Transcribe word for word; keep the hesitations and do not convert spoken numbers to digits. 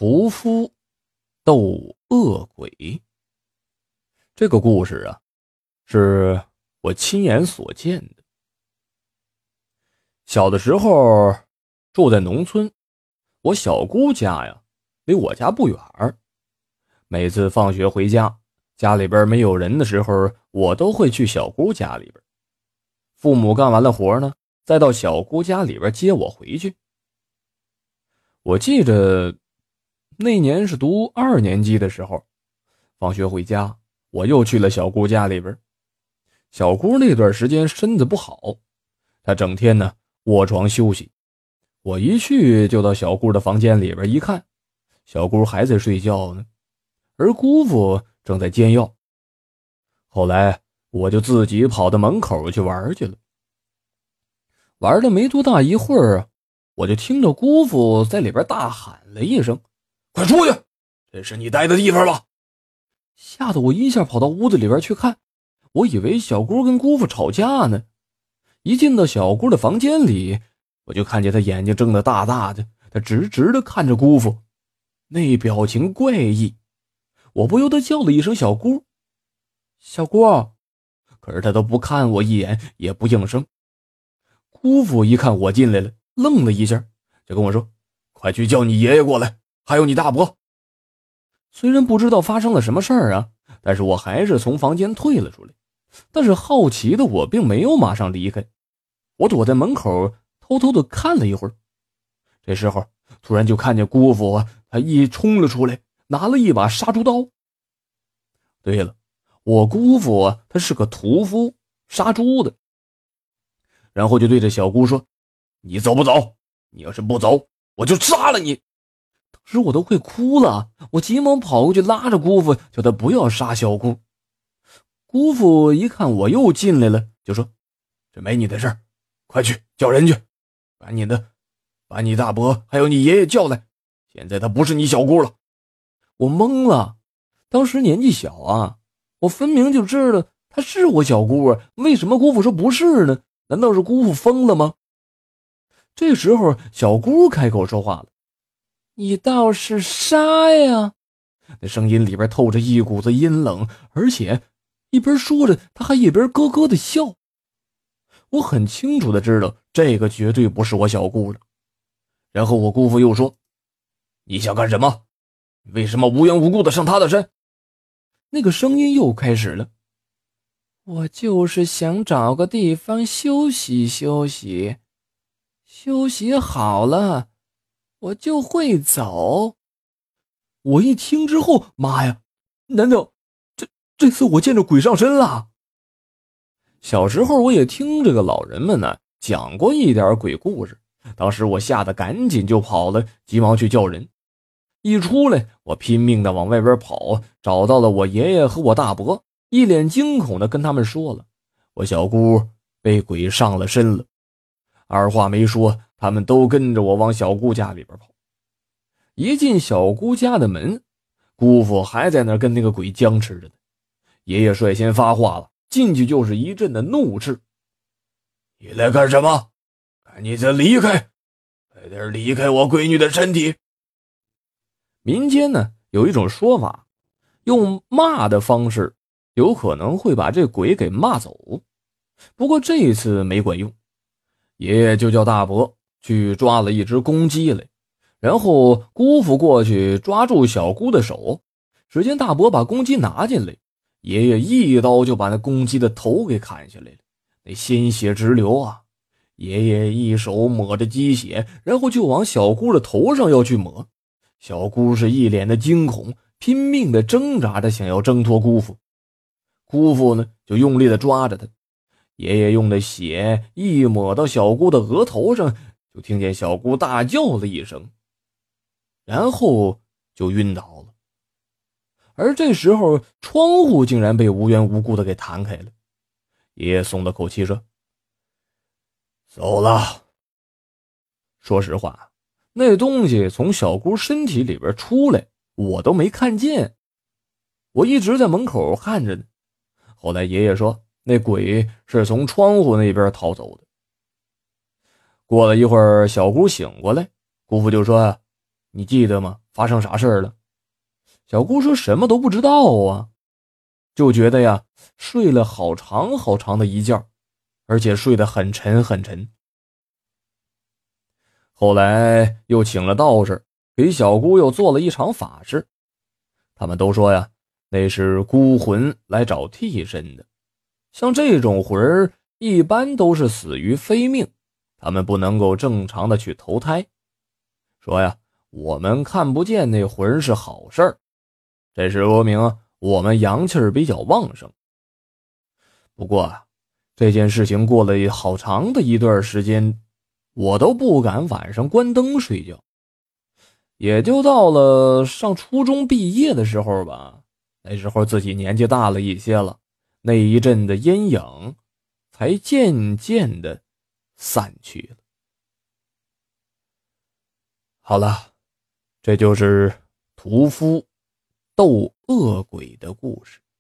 屠夫斗恶鬼。这个故事啊，是我亲眼所见的。小的时候住在农村，我小姑家呀离我家不远。每次放学回家，家里边没有人的时候，我都会去小姑家里边。父母干完了活呢，再到小姑家里边接我回去。我记着那年是读二年级的时候，放学回家，我又去了小姑家里边。小姑那段时间身子不好，她整天呢卧床休息。我一去就到小姑的房间里边一看，小姑还在睡觉呢，而姑父正在煎药。后来我就自己跑到门口去玩去了。玩了没多大一会儿啊，我就听着姑父在里边大喊了一声：“快出去！这是你待的地方吧？”吓得我一下跑到屋子里边去看，我以为小姑跟姑父吵架呢。一进到小姑的房间里，我就看见她眼睛睁得大大的，她直直的看着姑父，那表情怪异。我不由得叫了一声小姑，小姑，可是她都不看我一眼，也不应声。姑父一看我进来了，愣了一下，就跟我说：“快去叫你爷爷过来，还有你大伯。”虽然不知道发生了什么事儿啊，但是我还是从房间退了出来。但是好奇的我并没有马上离开，我躲在门口偷偷的看了一会儿。这时候突然就看见姑父啊，他一冲了出来，拿了一把杀猪刀。对了，我姑父啊，他是个屠夫，杀猪的。然后就对着小姑说：“你走不走？你要是不走，我就杀了你。”当时我都快哭了，我急忙跑过去拉着姑父，叫他不要杀小姑。姑父一看我又进来了，就说：“这没你的事儿，快去叫人去，把你的把你大伯还有你爷爷叫来，现在他不是你小姑了。”我懵了，当时年纪小啊，我分明就知道他是我小姑啊，为什么姑父说不是呢？难道是姑父疯了吗？这时候小姑开口说话了：“你倒是杀呀！”那声音里边透着一股子阴冷，而且一边说着他还一边咯咯的笑。我很清楚的知道这个绝对不是我小姑了。然后我姑父又说：“你想干什么？为什么无缘无故的上他的身？”那个声音又开始了：“我就是想找个地方休息休息，休息好了我就会走。”我一听之后，妈呀，难道这这次我见着鬼上身了？小时候我也听这个老人们呢讲过一点鬼故事，当时我吓得赶紧就跑了，急忙去叫人。一出来，我拼命的往外边跑，找到了我爷爷和我大伯，一脸惊恐的跟他们说了我小姑被鬼上了身了。二话没说，他们都跟着我往小姑家里边跑。一进小姑家的门，姑父还在那跟那个鬼僵持着呢。爷爷率先发话了，进去就是一阵的怒斥：“你来干什么？赶紧的离开，快点离开我闺女的身体！”民间呢有一种说法，用骂的方式有可能会把这鬼给骂走，不过这一次没管用。爷爷就叫大伯去抓了一只公鸡来，然后姑父过去抓住小姑的手，只见大伯把公鸡拿进来，爷爷一刀就把那公鸡的头给砍下来了，那鲜血直流啊！爷爷一手抹着鸡血，然后就往小姑的头上要去抹。小姑是一脸的惊恐，拼命的挣扎着想要挣脱姑父。姑父呢就用力的抓着他，爷爷用的血一抹到小姑的额头上，就听见小姑大叫了一声，然后就晕倒了。而这时候窗户竟然被无缘无故的给弹开了，爷爷松了口气说：“走了。”说实话，那东西从小姑身体里边出来我都没看见，我一直在门口看着呢。后来爷爷说那鬼是从窗户那边逃走的。过了一会儿，小姑醒过来，姑父就说：“ 你记得吗？发生啥事儿了？”小姑说什么都不知道啊，就觉得呀睡了好长好长的一觉，而且睡得很沉很沉。后来又请了道士，给小姑又做了一场法事。他们都说呀，那是孤魂来找替身的。像这种魂儿一般都是死于非命，他们不能够正常的去投胎。说呀，我们看不见那魂是好事儿，这是说明我们阳气儿比较旺盛。不过啊，这件事情过了好长的一段时间，我都不敢晚上关灯睡觉。也就到了上初中毕业的时候吧，那时候自己年纪大了一些了，那一阵的阴影才渐渐的散去了。好了，这就是屠夫斗恶鬼的故事。